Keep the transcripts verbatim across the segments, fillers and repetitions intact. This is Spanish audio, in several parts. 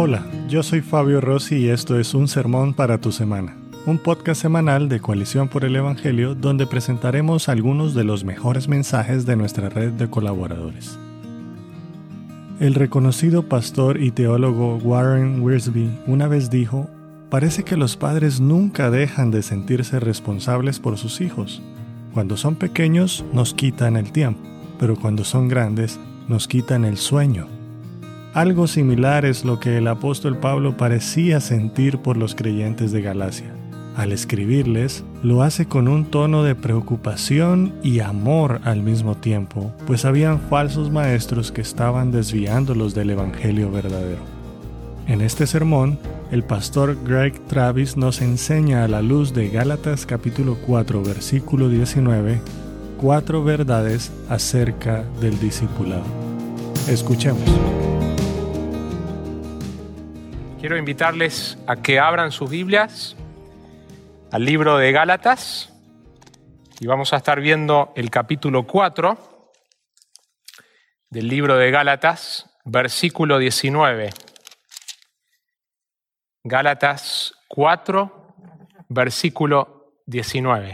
Hola, yo soy Fabio Rossi y esto es Un Sermón para tu Semana, un podcast semanal de Coalición por el Evangelio donde presentaremos algunos de los mejores mensajes de nuestra red de colaboradores. El reconocido pastor y teólogo Warren Wiersbe una vez dijo: «Parece que los padres nunca dejan de sentirse responsables por sus hijos. Cuando son pequeños nos quitan el tiempo, pero cuando son grandes nos quitan el sueño». Algo similar es lo que el apóstol Pablo parecía sentir por los creyentes de Galacia. Al escribirles, lo hace con un tono de preocupación y amor al mismo tiempo, pues habían falsos maestros que estaban desviándolos del evangelio verdadero. En este sermón, el pastor Greg Travis nos enseña a la luz de Gálatas capítulo cuatro, versículo diecinueve, cuatro verdades acerca del discipulado. Escuchemos. Quiero invitarles a que abran sus Biblias al libro de Gálatas y vamos a estar viendo el capítulo cuatro del libro de Gálatas, versículo diecinueve. Gálatas cuatro, versículo diecinueve.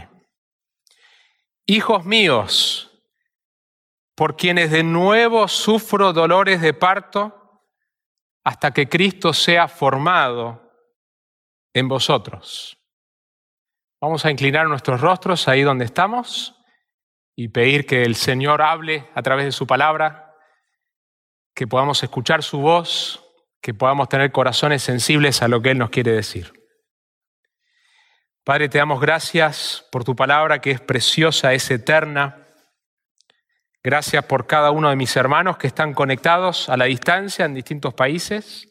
Hijos míos, por quienes de nuevo sufro dolores de parto, hasta que Cristo sea formado en vosotros. Vamos a inclinar nuestros rostros ahí donde estamos y pedir que el Señor hable a través de su palabra, que podamos escuchar su voz, que podamos tener corazones sensibles a lo que Él nos quiere decir. Padre, te damos gracias por tu palabra que es preciosa, es eterna. Gracias por cada uno de mis hermanos que están conectados a la distancia en distintos países.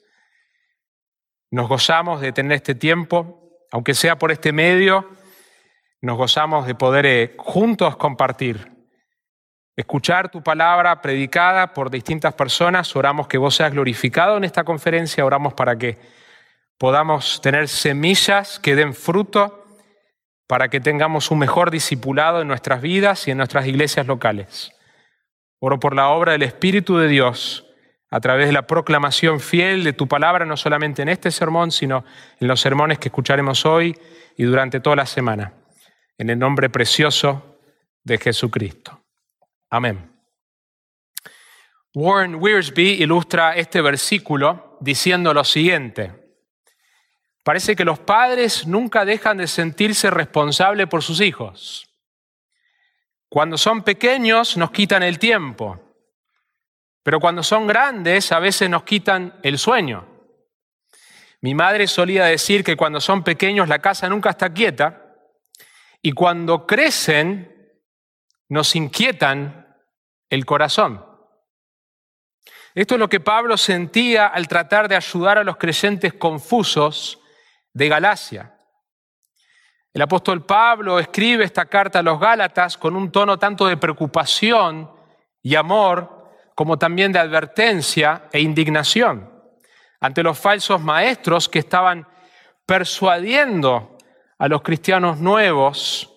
Nos gozamos de tener este tiempo, aunque sea por este medio, nos gozamos de poder eh, juntos compartir, escuchar tu palabra predicada por distintas personas. Oramos que vos seas glorificado en esta conferencia, oramos para que podamos tener semillas que den fruto, para que tengamos un mejor discipulado en nuestras vidas y en nuestras iglesias locales. Oro por la obra del Espíritu de Dios a través de la proclamación fiel de tu palabra, no solamente en este sermón, sino en los sermones que escucharemos hoy y durante toda la semana. En el nombre precioso de Jesucristo. Amén. Warren Wiersbe ilustra este versículo diciendo lo siguiente: parece que los padres nunca dejan de sentirse responsables por sus hijos. Cuando son pequeños nos quitan el tiempo, pero cuando son grandes a veces nos quitan el sueño. Mi madre solía decir que cuando son pequeños la casa nunca está quieta y cuando crecen nos inquietan el corazón. Esto es lo que Pablo sentía al tratar de ayudar a los creyentes confusos de Galacia. El apóstol Pablo escribe esta carta a los Gálatas con un tono tanto de preocupación y amor como también de advertencia e indignación ante los falsos maestros que estaban persuadiendo a los cristianos nuevos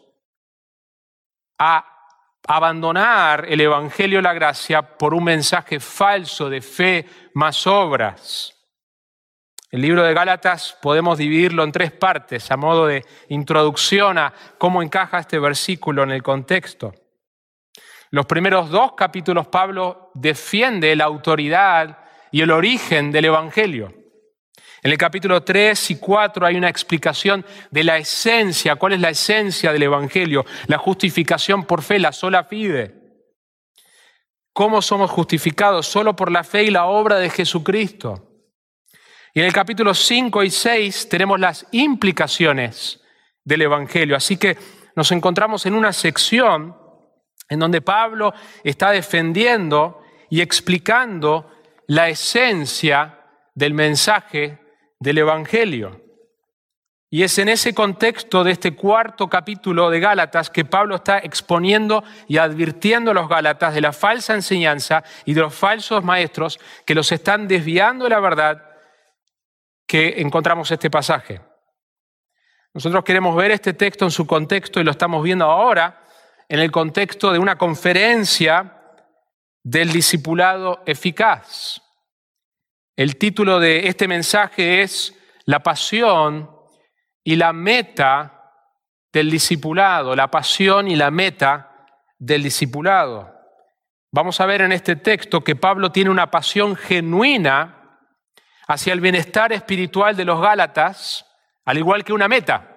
a abandonar el evangelio de la gracia por un mensaje falso de fe más obras. El libro de Gálatas podemos dividirlo en tres partes a modo de introducción a cómo encaja este versículo en el contexto. Los primeros dos capítulos Pablo defiende la autoridad y el origen del evangelio. En el capítulo tres y cuatro hay una explicación de la esencia, cuál es la esencia del evangelio, la justificación por fe, la sola fide. ¿Cómo somos justificados? Solo por la fe y la obra de Jesucristo. Y en el capítulo cinco y seis tenemos las implicaciones del evangelio. Así que nos encontramos en una sección en donde Pablo está defendiendo y explicando la esencia del mensaje del evangelio. Y es en ese contexto de este cuarto capítulo de Gálatas que Pablo está exponiendo y advirtiendo a los Gálatas de la falsa enseñanza y de los falsos maestros que los están desviando de la verdad que encontramos este pasaje. Nosotros queremos ver este texto en su contexto y lo estamos viendo ahora en el contexto de una conferencia del discipulado eficaz. El título de este mensaje es La pasión y la meta del discipulado, la pasión y la meta del discipulado. Vamos a ver en este texto que Pablo tiene una pasión genuina hacia el bienestar espiritual de los Gálatas, al igual que una meta.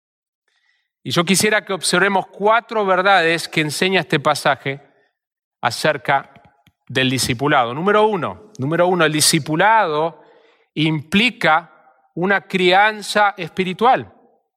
Y yo quisiera que observemos cuatro verdades que enseña este pasaje acerca del discipulado. Número uno, número uno, el discipulado implica una crianza espiritual.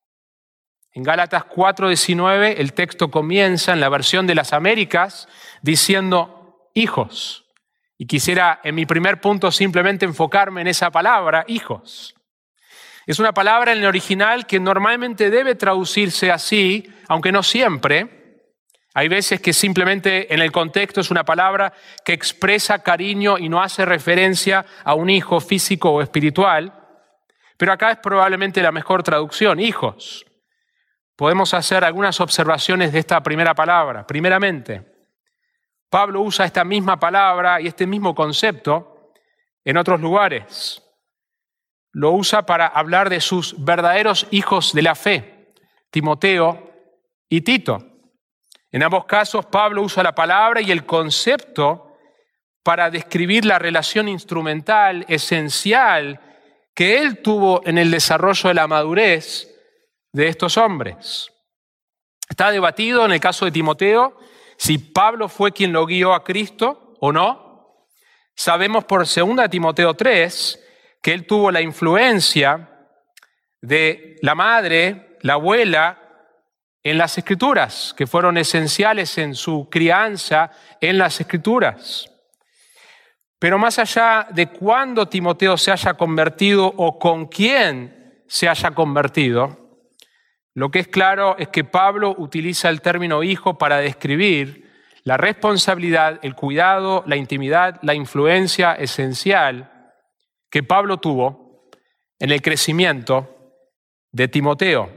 En Gálatas cuatro diecinueve el texto comienza en la versión de las Américas diciendo hijos. Y quisiera en mi primer punto simplemente enfocarme en esa palabra, hijos. Es una palabra en el original que normalmente debe traducirse así, aunque no siempre. Hay veces que simplemente en el contexto es una palabra que expresa cariño y no hace referencia a un hijo físico o espiritual. Pero acá es probablemente la mejor traducción, hijos. Podemos hacer algunas observaciones de esta primera palabra. Primeramente, Pablo usa esta misma palabra y este mismo concepto en otros lugares. Lo usa para hablar de sus verdaderos hijos de la fe, Timoteo y Tito. En ambos casos, Pablo usa la palabra y el concepto para describir la relación instrumental esencial que él tuvo en el desarrollo de la madurez de estos hombres. Está debatido en el caso de Timoteo si Pablo fue quien lo guió a Cristo o no. Sabemos por segunda Timoteo tres que él tuvo la influencia de la madre, la abuela, en las Escrituras, que fueron esenciales en su crianza en las Escrituras. Pero más allá de cuándo Timoteo se haya convertido o con quién se haya convertido, lo que es claro es que Pablo utiliza el término hijo para describir la responsabilidad, el cuidado, la intimidad, la influencia esencial que Pablo tuvo en el crecimiento de Timoteo.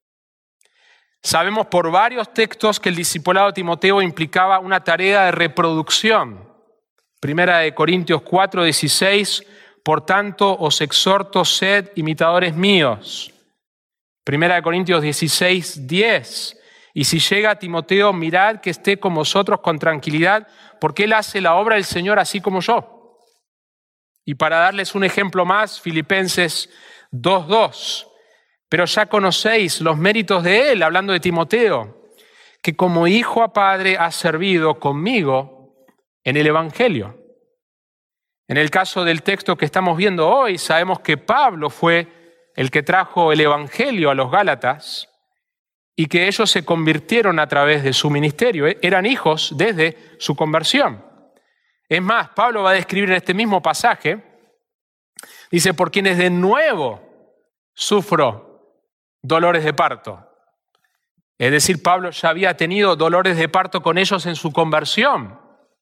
Sabemos por varios textos que el discipulado de Timoteo implicaba una tarea de reproducción. Primera de Corintios cuatro dieciséis, por tanto os exhorto, sed imitadores míos. Primera de Corintios dieciséis diez, y si llega Timoteo, mirad que esté con vosotros con tranquilidad, porque él hace la obra del Señor así como yo. Y para darles un ejemplo más, Filipenses dos dos, pero ya conocéis los méritos de él, hablando de Timoteo, que como hijo a padre ha servido conmigo en el Evangelio. En el caso del texto que estamos viendo hoy, sabemos que Pablo fue el que trajo el Evangelio a los Gálatas y que ellos se convirtieron a través de su ministerio. Eran hijos desde su conversión. Es más, Pablo va a describir en este mismo pasaje, dice, por quienes de nuevo sufro dolores de parto. Es decir, Pablo ya había tenido dolores de parto con ellos en su conversión.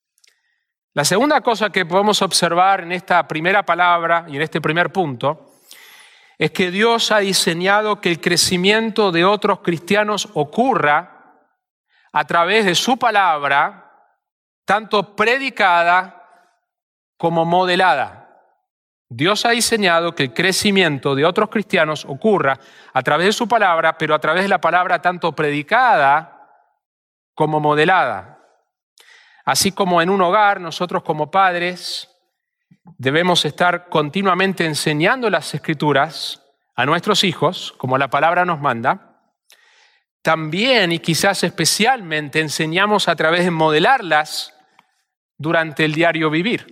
La segunda cosa que podemos observar en esta primera palabra y en este primer punto es que Dios ha diseñado que el crecimiento de otros cristianos ocurra a través de su palabra, tanto predicada como modelada. Dios ha diseñado que el crecimiento de otros cristianos ocurra a través de su palabra, pero a través de la palabra tanto predicada como modelada. Así como en un hogar, nosotros como padres debemos estar continuamente enseñando las Escrituras a nuestros hijos, como la palabra nos manda. También y quizás especialmente enseñamos a través de modelarlas durante el diario vivir.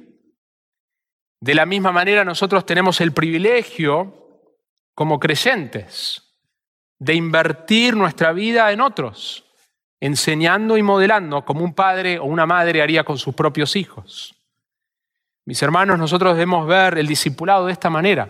De la misma manera, nosotros tenemos el privilegio, como creyentes, de invertir nuestra vida en otros, enseñando y modelando como un padre o una madre haría con sus propios hijos. Mis hermanos, nosotros debemos ver el discipulado de esta manera.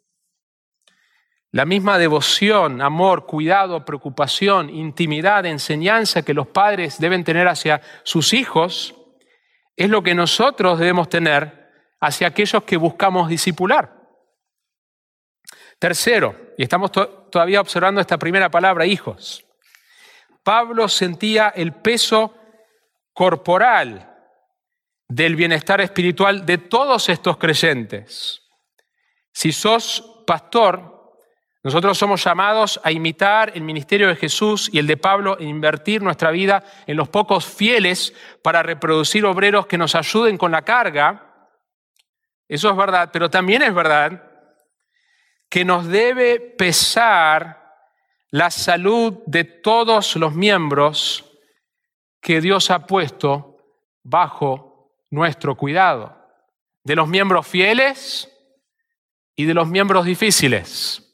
La misma devoción, amor, cuidado, preocupación, intimidad, enseñanza que los padres deben tener hacia sus hijos es lo que nosotros debemos tener hacia aquellos que buscamos discipular. Tercero, y estamos to- todavía observando esta primera palabra, hijos. Pablo sentía el peso corporal del bienestar espiritual de todos estos creyentes. Si sos pastor, nosotros somos llamados a imitar el ministerio de Jesús y el de Pablo e invertir nuestra vida en los pocos fieles para reproducir obreros que nos ayuden con la carga. Eso es verdad, pero también es verdad que nos debe pesar la salud de todos los miembros que Dios ha puesto bajo nuestro cuidado, de los miembros fieles y de los miembros difíciles.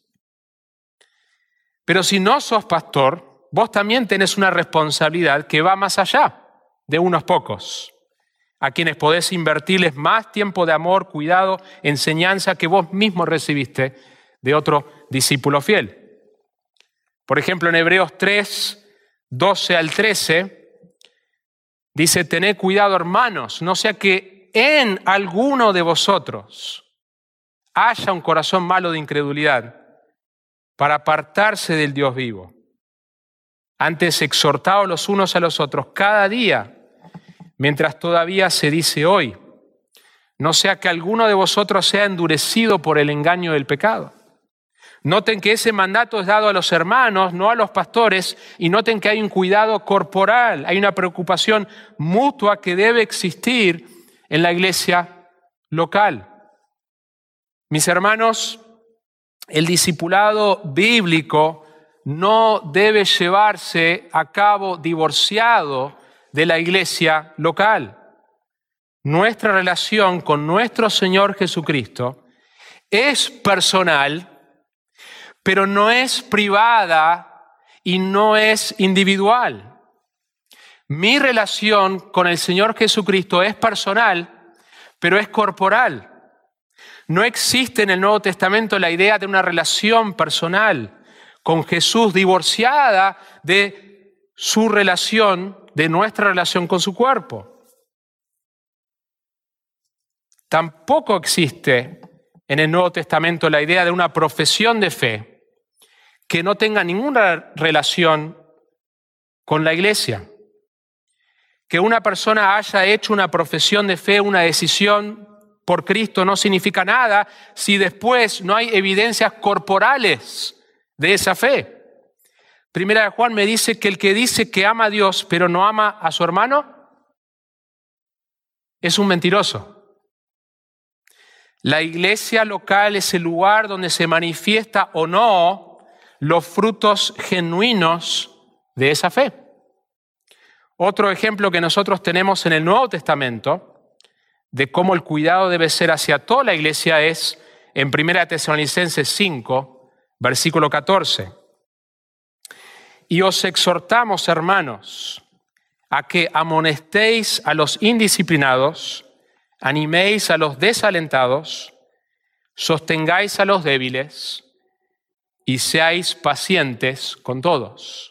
Pero si no sos pastor, vos también tenés una responsabilidad que va más allá de unos pocos, a quienes podés invertirles más tiempo de amor, cuidado, enseñanza que vos mismo recibiste de otro discípulo fiel. Por ejemplo, en Hebreos tres, doce al trece, dice: tened cuidado, hermanos, no sea que en alguno de vosotros haya un corazón malo de incredulidad para apartarse del Dios vivo. Antes, exhortaos los unos a los otros cada día, mientras todavía se dice hoy, no sea que alguno de vosotros sea endurecido por el engaño del pecado. Noten que ese mandato es dado a los hermanos, no a los pastores, y noten que hay un cuidado corporal, hay una preocupación mutua que debe existir en la iglesia local. Mis hermanos, el discipulado bíblico no debe llevarse a cabo divorciado de la iglesia local. Nuestra relación con nuestro Señor Jesucristo es personal, pero no es privada y no es individual. Mi relación con el Señor Jesucristo es personal, pero es corporal. No existe en el Nuevo Testamento la idea de una relación personal con Jesús divorciada de su relación, de nuestra relación con su cuerpo. Tampoco existe en el Nuevo Testamento la idea de una profesión de fe que no tenga ninguna relación con la iglesia. Que una persona haya hecho una profesión de fe, una decisión por Cristo, no significa nada si después no hay evidencias corporales de esa fe. Primera de Juan me dice que el que dice que ama a Dios pero no ama a su hermano es un mentiroso. La iglesia local es el lugar donde se manifiesta o no los frutos genuinos de esa fe. Otro ejemplo que nosotros tenemos en el Nuevo Testamento de cómo el cuidado debe ser hacia toda la iglesia es en Primera Tesalonicenses cinco, versículo catorce. Y os exhortamos, hermanos, a que amonestéis a los indisciplinados, animéis a los desalentados, sostengáis a los débiles y seáis pacientes con todos.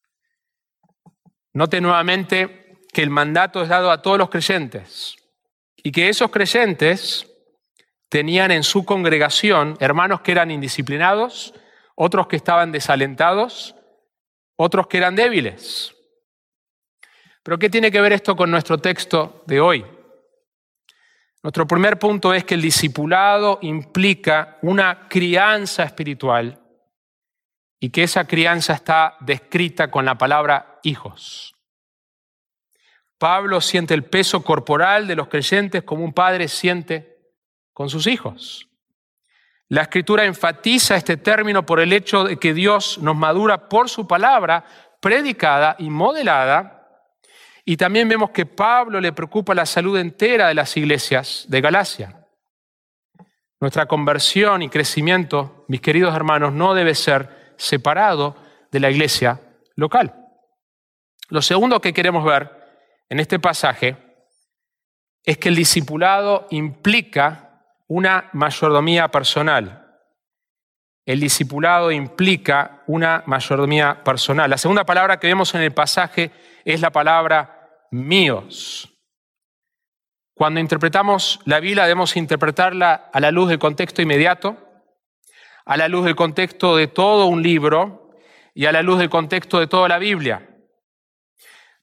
Note nuevamente que el mandato es dado a todos los creyentes y que esos creyentes tenían en su congregación hermanos que eran indisciplinados, otros que estaban desalentados, otros que eran débiles. Pero ¿qué tiene que ver esto con nuestro texto de hoy? Nuestro primer punto es que el discipulado implica una crianza espiritual y que esa crianza está descrita con la palabra hijos. Pablo siente el peso corporal de los creyentes como un padre siente con sus hijos. La Escritura enfatiza este término por el hecho de que Dios nos madura por su palabra predicada y modelada. Y también vemos que Pablo le preocupa la salud entera de las iglesias de Galacia. Nuestra conversión y crecimiento, mis queridos hermanos, no debe ser separado de la iglesia local. Lo segundo que queremos ver en este pasaje es que el discipulado implica una mayordomía personal. El discipulado implica una mayordomía personal. La segunda palabra que vemos en el pasaje es la palabra míos. Cuando interpretamos la Biblia debemos interpretarla a la luz del contexto inmediato, a la luz del contexto de todo un libro y a la luz del contexto de toda la Biblia.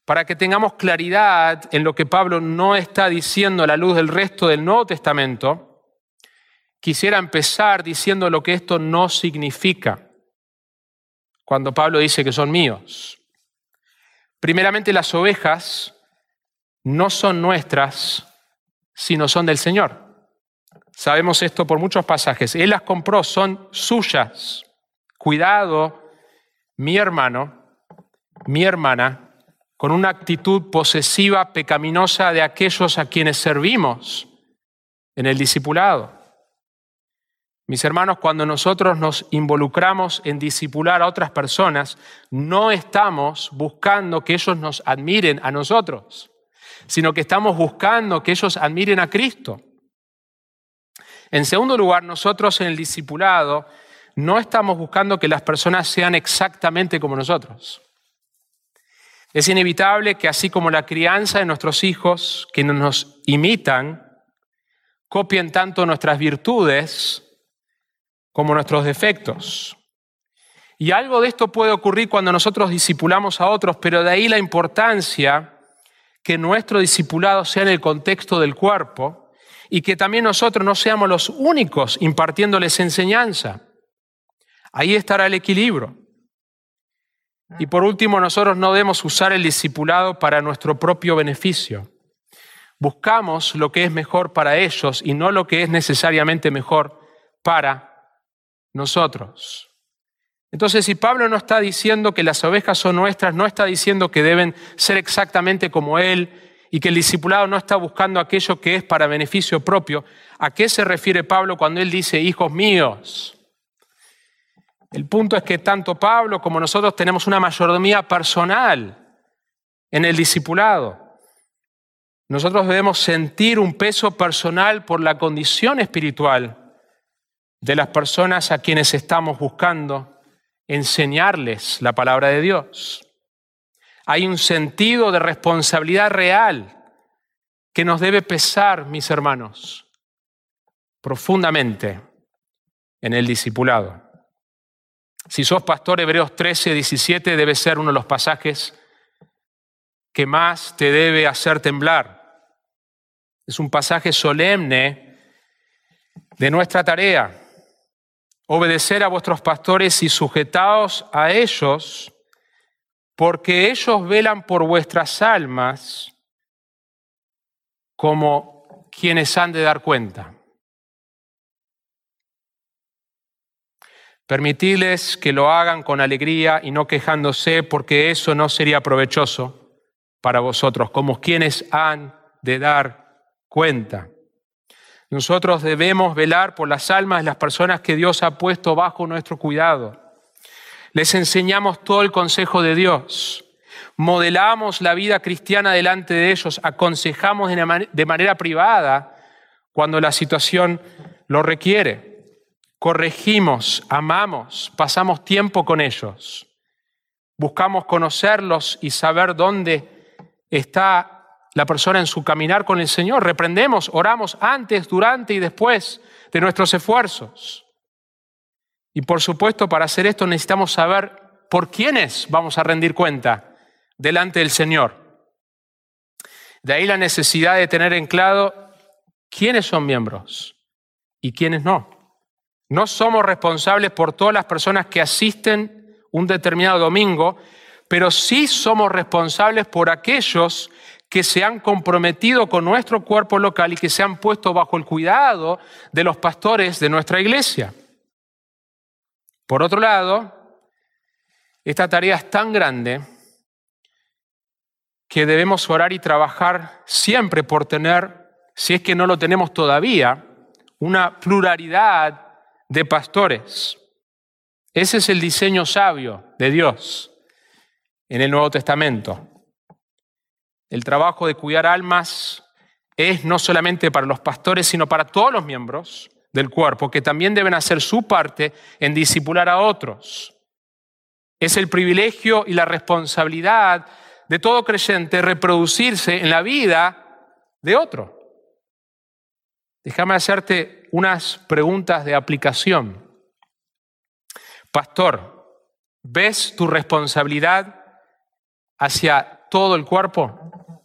para que tengamos claridad en lo que Pablo no está diciendo a la luz del resto del Nuevo Testamento, quisiera empezar diciendo lo que esto no significa cuando Pablo dice que son míos. Primeramente, las ovejas no son nuestras, sino son del Señor. Sabemos esto por muchos pasajes. Él las compró, son suyas. Cuidado, mi hermano, mi hermana, con una actitud posesiva, pecaminosa de aquellos a quienes servimos en el discipulado. Mis hermanos, cuando nosotros nos involucramos en discipular a otras personas, no estamos buscando que ellos nos admiren a nosotros, sino que estamos buscando que ellos admiren a Cristo. En segundo lugar, nosotros en el discipulado no estamos buscando que las personas sean exactamente como nosotros. Es inevitable que así como la crianza de nuestros hijos, que nos imitan, copien tanto nuestras virtudes como nuestros defectos. Y algo de esto puede ocurrir cuando nosotros discipulamos a otros, pero de ahí la importancia que nuestro discipulado sea en el contexto del cuerpo y que también nosotros no seamos los únicos impartiéndoles enseñanza. Ahí estará el equilibrio. Y por último, nosotros no debemos usar el discipulado para nuestro propio beneficio. Buscamos lo que es mejor para ellos y no lo que es necesariamente mejor para nosotros. Entonces, si Pablo no está diciendo que las ovejas son nuestras, no está diciendo que deben ser exactamente como él y que el discipulado no está buscando aquello que es para beneficio propio, ¿a qué se refiere Pablo cuando él dice, hijos míos? El punto es que tanto Pablo como nosotros tenemos una mayordomía personal en el discipulado. Nosotros debemos sentir un peso personal por la condición espiritual de las personas a quienes estamos buscando enseñarles la palabra de Dios. Hay un sentido de responsabilidad real que nos debe pesar, mis hermanos, profundamente en el discipulado. Si sos pastor, Hebreos trece, diecisiete debe ser uno de los pasajes que más te debe hacer temblar. Es un pasaje solemne de nuestra tarea. Obedecer a vuestros pastores y sujetaos a ellos, porque ellos velan por vuestras almas como quienes han de dar cuenta. Permitidles que lo hagan con alegría y no quejándose, porque eso no sería provechoso para vosotros, como quienes han de dar cuenta. Nosotros debemos velar por las almas de las personas que Dios ha puesto bajo nuestro cuidado. Les enseñamos todo el consejo de Dios. Modelamos la vida cristiana delante de ellos. Aconsejamos de manera privada cuando la situación lo requiere. Corregimos, amamos, pasamos tiempo con ellos. Buscamos conocerlos y saber dónde está la persona en su caminar con el Señor. Reprendemos, oramos antes, durante y después de nuestros esfuerzos. Y por supuesto, para hacer esto necesitamos saber por quiénes vamos a rendir cuenta delante del Señor. De ahí la necesidad de tener en claro quiénes son miembros y quiénes no. No somos responsables por todas las personas que asisten un determinado domingo, pero sí somos responsables por aquellos que se han comprometido con nuestro cuerpo local y que se han puesto bajo el cuidado de los pastores de nuestra iglesia. Por otro lado, esta tarea es tan grande que debemos orar y trabajar siempre por tener, si es que no lo tenemos todavía, una pluralidad de pastores. Ese es el diseño sabio de Dios en el Nuevo Testamento. El trabajo de cuidar almas es no solamente para los pastores, sino para todos los miembros del cuerpo, que también deben hacer su parte en discipular a otros. Es el privilegio y la responsabilidad de todo creyente reproducirse en la vida de otro. Déjame hacerte unas preguntas de aplicación. Pastor, ¿ves tu responsabilidad hacia todo el cuerpo?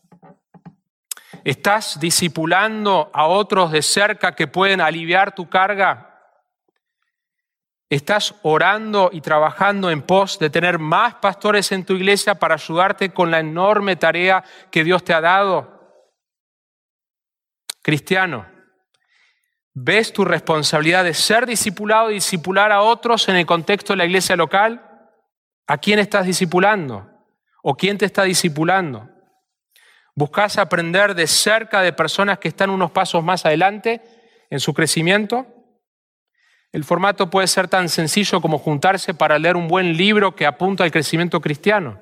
¿Estás discipulando a otros de cerca que pueden aliviar tu carga? ¿Estás orando y trabajando en pos de tener más pastores en tu iglesia para ayudarte con la enorme tarea que Dios te ha dado? Cristiano, ¿ves tu responsabilidad de ser discipulado y discipular a otros en el contexto de la iglesia local? ¿A quién estás discipulando? ¿O quién te está discipulando? ¿Buscas aprender de cerca de personas que están unos pasos más adelante en su crecimiento? El formato puede ser tan sencillo como juntarse para leer un buen libro que apunta al crecimiento cristiano.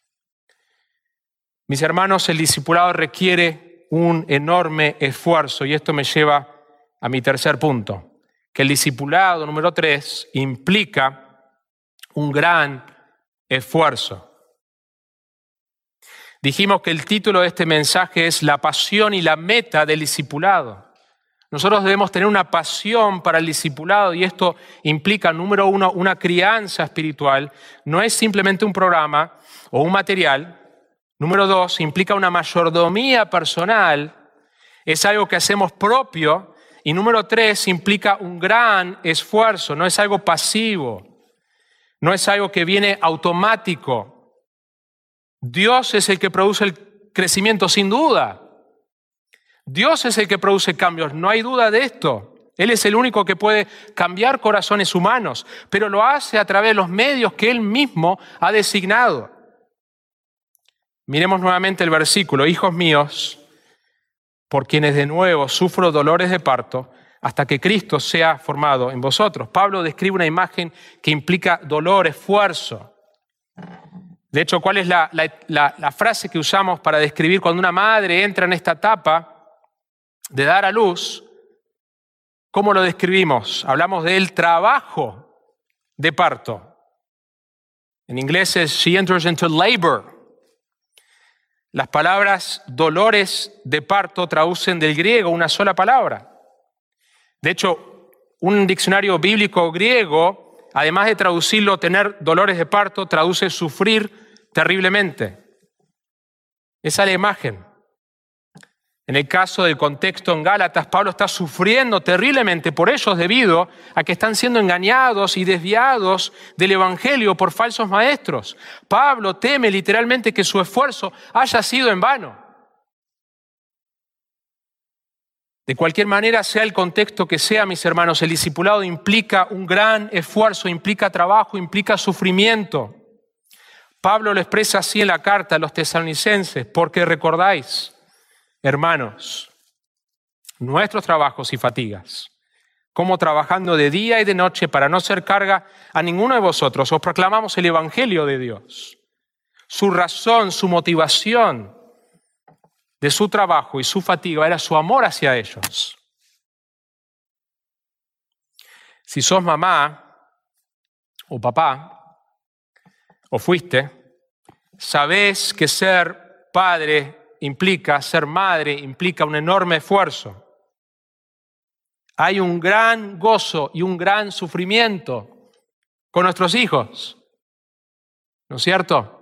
Mis hermanos, el discipulado requiere un enorme esfuerzo y esto me lleva a mi tercer punto, que el discipulado, número tres, implica un gran esfuerzo. Dijimos que el título de este mensaje es La pasión y la meta del discipulado. Nosotros debemos tener una pasión para el discipulado y esto implica, número uno, una crianza espiritual. No es simplemente un programa o un material. Número dos, implica una mayordomía personal. Es algo que hacemos propio. Y número tres, implica un gran esfuerzo. No es algo pasivo. No es algo que viene automático. Dios es el que produce el crecimiento, sin duda. Dios es el que produce cambios, no hay duda de esto. Él es el único que puede cambiar corazones humanos, pero lo hace a través de los medios que Él mismo ha designado. Miremos nuevamente el versículo. Hijos míos, por quienes de nuevo sufro dolores de parto, hasta que Cristo sea formado en vosotros. Pablo describe una imagen que implica dolor, esfuerzo. De hecho, ¿cuál es la, la, la, la frase que usamos para describir cuando una madre entra en esta etapa de dar a luz? ¿Cómo lo describimos? Hablamos del trabajo de parto. En inglés es she enters into labor. Las palabras dolores de parto traducen del griego una sola palabra. De hecho, un diccionario bíblico griego, además de traducirlo tener dolores de parto, traduce sufrir terriblemente. Esa es la imagen. En el caso del contexto en Gálatas, Pablo está sufriendo terriblemente por ellos debido a que están siendo engañados y desviados del evangelio por falsos maestros. Pablo teme literalmente que su esfuerzo haya sido en vano. De cualquier manera, sea el contexto que sea, mis hermanos, el discipulado implica un gran esfuerzo, implica trabajo, implica sufrimiento. Pablo lo expresa así en la carta a los tesalonicenses, porque recordáis, hermanos, nuestros trabajos y fatigas, como trabajando de día y de noche para no ser carga a ninguno de vosotros, os proclamamos el evangelio de Dios. Su razón, su motivación de su trabajo y su fatiga era su amor hacia ellos. Si sos mamá o papá, o fuiste, sabés que ser padre implica, ser madre implica un enorme esfuerzo. Hay un gran gozo y un gran sufrimiento con nuestros hijos, ¿no es cierto?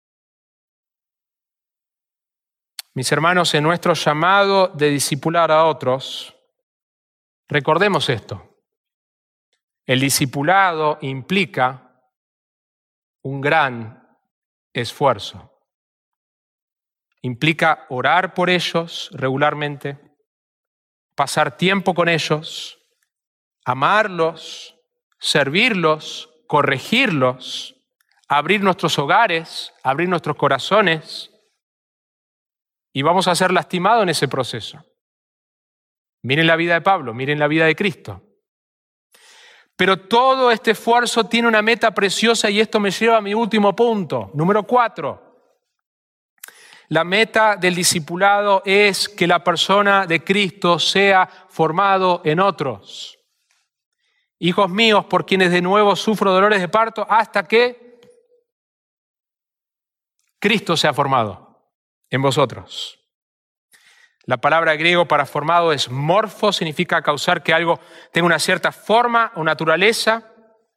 Mis hermanos, en nuestro llamado de discipular a otros, recordemos esto. El discipulado implica un gran esfuerzo. Implica orar por ellos regularmente, pasar tiempo con ellos, amarlos, servirlos, corregirlos, abrir nuestros hogares, abrir nuestros corazones. Y vamos a ser lastimados en ese proceso. Miren la vida de Pablo, miren la vida de Cristo. Pero todo este esfuerzo tiene una meta preciosa y esto me lleva a mi último punto, número cuatro. La meta del discipulado es que la persona de Cristo sea formado en otros. Hijos míos, por quienes de nuevo sufro dolores de parto, hasta que Cristo sea formado en vosotros. La palabra griego para formado es morfo, significa causar que algo tenga una cierta forma o naturaleza.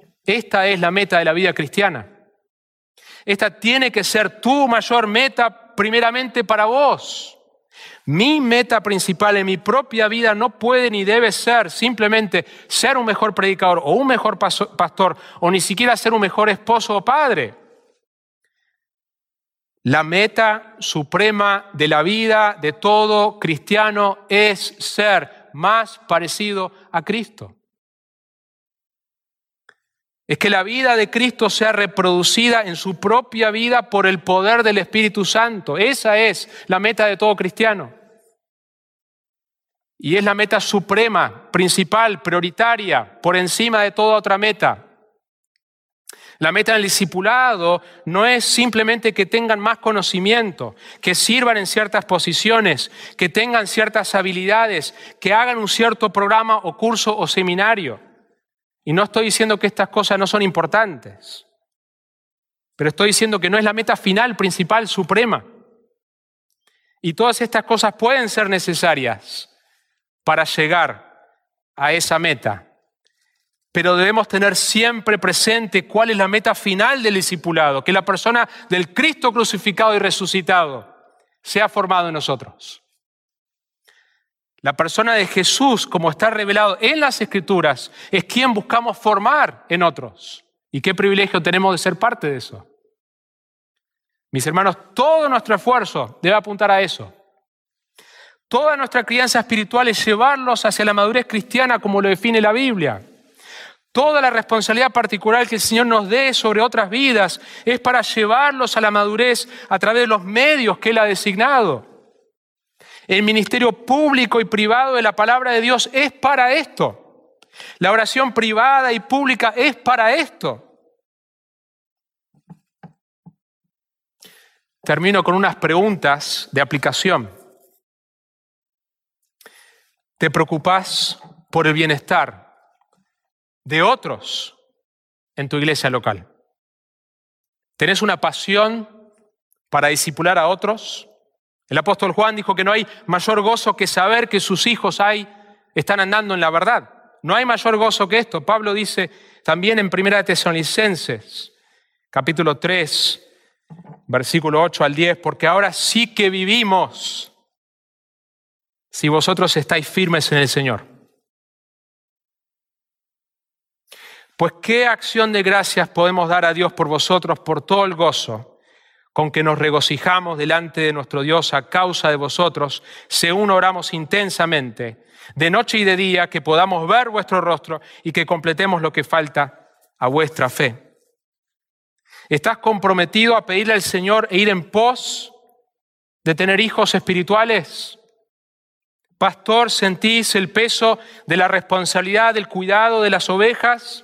Esta es la meta de la vida cristiana. Esta tiene que ser tu mayor meta primeramente para vos. Mi meta principal en mi propia vida no puede ni debe ser simplemente ser un mejor predicador o un mejor pastor o ni siquiera ser un mejor esposo o padre. La meta suprema de la vida de todo cristiano es ser más parecido a Cristo. Es que la vida de Cristo sea reproducida en su propia vida por el poder del Espíritu Santo. Esa es la meta de todo cristiano. Y es la meta suprema, principal, prioritaria, por encima de toda otra meta. La meta del discipulado no es simplemente que tengan más conocimiento, que sirvan en ciertas posiciones, que tengan ciertas habilidades, que hagan un cierto programa o curso o seminario. Y no estoy diciendo que estas cosas no son importantes, pero estoy diciendo que no es la meta final, principal, suprema. Y todas estas cosas pueden ser necesarias para llegar a esa meta. Pero debemos tener siempre presente cuál es la meta final del discipulado, que la persona del Cristo crucificado y resucitado sea formado en nosotros. La persona de Jesús, como está revelado en las Escrituras, es quien buscamos formar en otros. Y qué privilegio tenemos de ser parte de eso. Mis hermanos, todo nuestro esfuerzo debe apuntar a eso. Toda nuestra crianza espiritual es llevarlos hacia la madurez cristiana como lo define la Biblia. Toda la responsabilidad particular que el Señor nos dé sobre otras vidas es para llevarlos a la madurez a través de los medios que Él ha designado. El ministerio público y privado de la palabra de Dios es para esto. La oración privada y pública es para esto. Termino con unas preguntas de aplicación. ¿Te preocupás por el bienestar de otros en tu iglesia local? ¿Tenés una pasión para discipular a otros? El apóstol Juan dijo que no hay mayor gozo que saber que sus hijos hay, están andando en la verdad. No hay mayor gozo que esto. Pablo dice también en Primera de Tesalonicenses, capítulo tres, versículo ocho al diez, porque ahora sí que vivimos si vosotros estáis firmes en el Señor. Pues qué acción de gracias podemos dar a Dios por vosotros, por todo el gozo con que nos regocijamos delante de nuestro Dios a causa de vosotros, según oramos intensamente, de noche y de día, que podamos ver vuestro rostro y que completemos lo que falta a vuestra fe. ¿Estás comprometido a pedirle al Señor e ir en pos de tener hijos espirituales? Pastor, ¿sentís el peso de la responsabilidad del cuidado de las ovejas?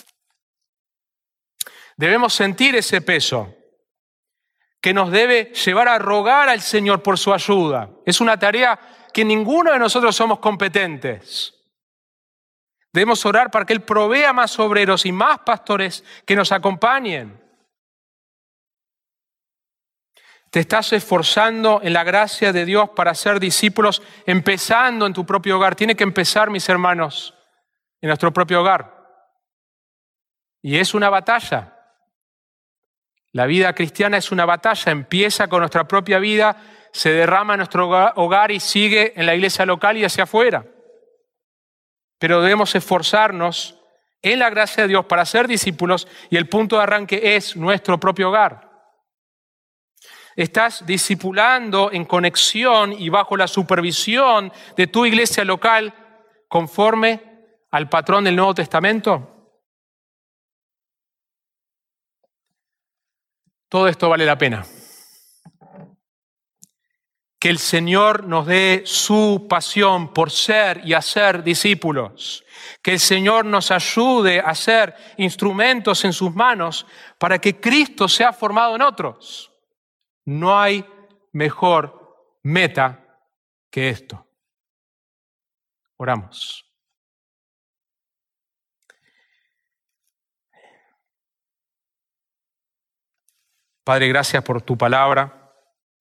Debemos sentir ese peso que nos debe llevar a rogar al Señor por su ayuda. Es una tarea que ninguno de nosotros somos competentes. Debemos orar para que Él provea más obreros y más pastores que nos acompañen. Te estás esforzando en la gracia de Dios para ser discípulos, empezando en tu propio hogar. Tiene que empezar, mis hermanos, en nuestro propio hogar. Y es una batalla. La vida cristiana es una batalla, empieza con nuestra propia vida, se derrama en nuestro hogar y sigue en la iglesia local y hacia afuera. Pero debemos esforzarnos en la gracia de Dios para ser discípulos y el punto de arranque es nuestro propio hogar. Estás discipulando en conexión y bajo la supervisión de tu iglesia local conforme al patrón del Nuevo Testamento. Todo esto vale la pena. Que el Señor nos dé su pasión por ser y hacer discípulos. Que el Señor nos ayude a ser instrumentos en sus manos para que Cristo sea formado en otros. No hay mejor meta que esto. Oramos. Padre, gracias por tu palabra.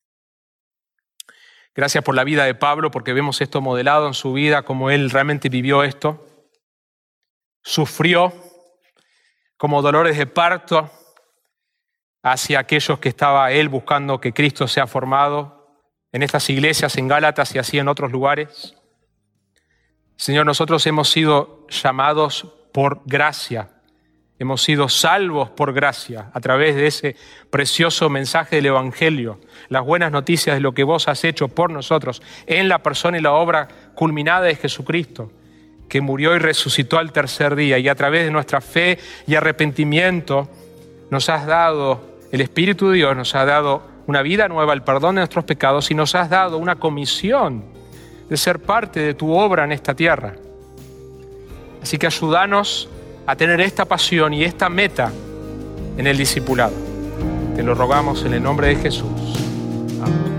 Gracias por la vida de Pablo, porque vemos esto modelado en su vida, como él realmente vivió esto. Sufrió como dolores de parto, hacia aquellos que estaba Él buscando que Cristo sea formado en estas iglesias, en Gálatas y así en otros lugares. Señor, nosotros hemos sido llamados por gracia, hemos sido salvos por gracia a través de ese precioso mensaje del Evangelio, las buenas noticias de lo que vos has hecho por nosotros en la persona y la obra culminada de Jesucristo, que murió y resucitó al tercer día, y a través de nuestra fe y arrepentimiento nos has dado, el Espíritu de Dios nos ha dado una vida nueva, el perdón de nuestros pecados, y nos has dado una comisión de ser parte de tu obra en esta tierra. Así que ayúdanos a tener esta pasión y esta meta en el discipulado. Te lo rogamos en el nombre de Jesús. Amén.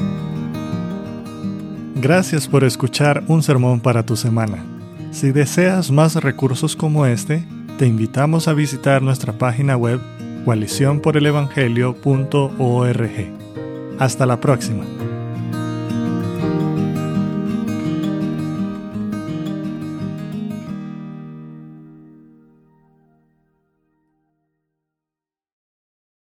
Gracias por escuchar un sermón para tu semana. Si deseas más recursos como este, te invitamos a visitar nuestra página web coalición por el evangelio punto org. Hasta la próxima.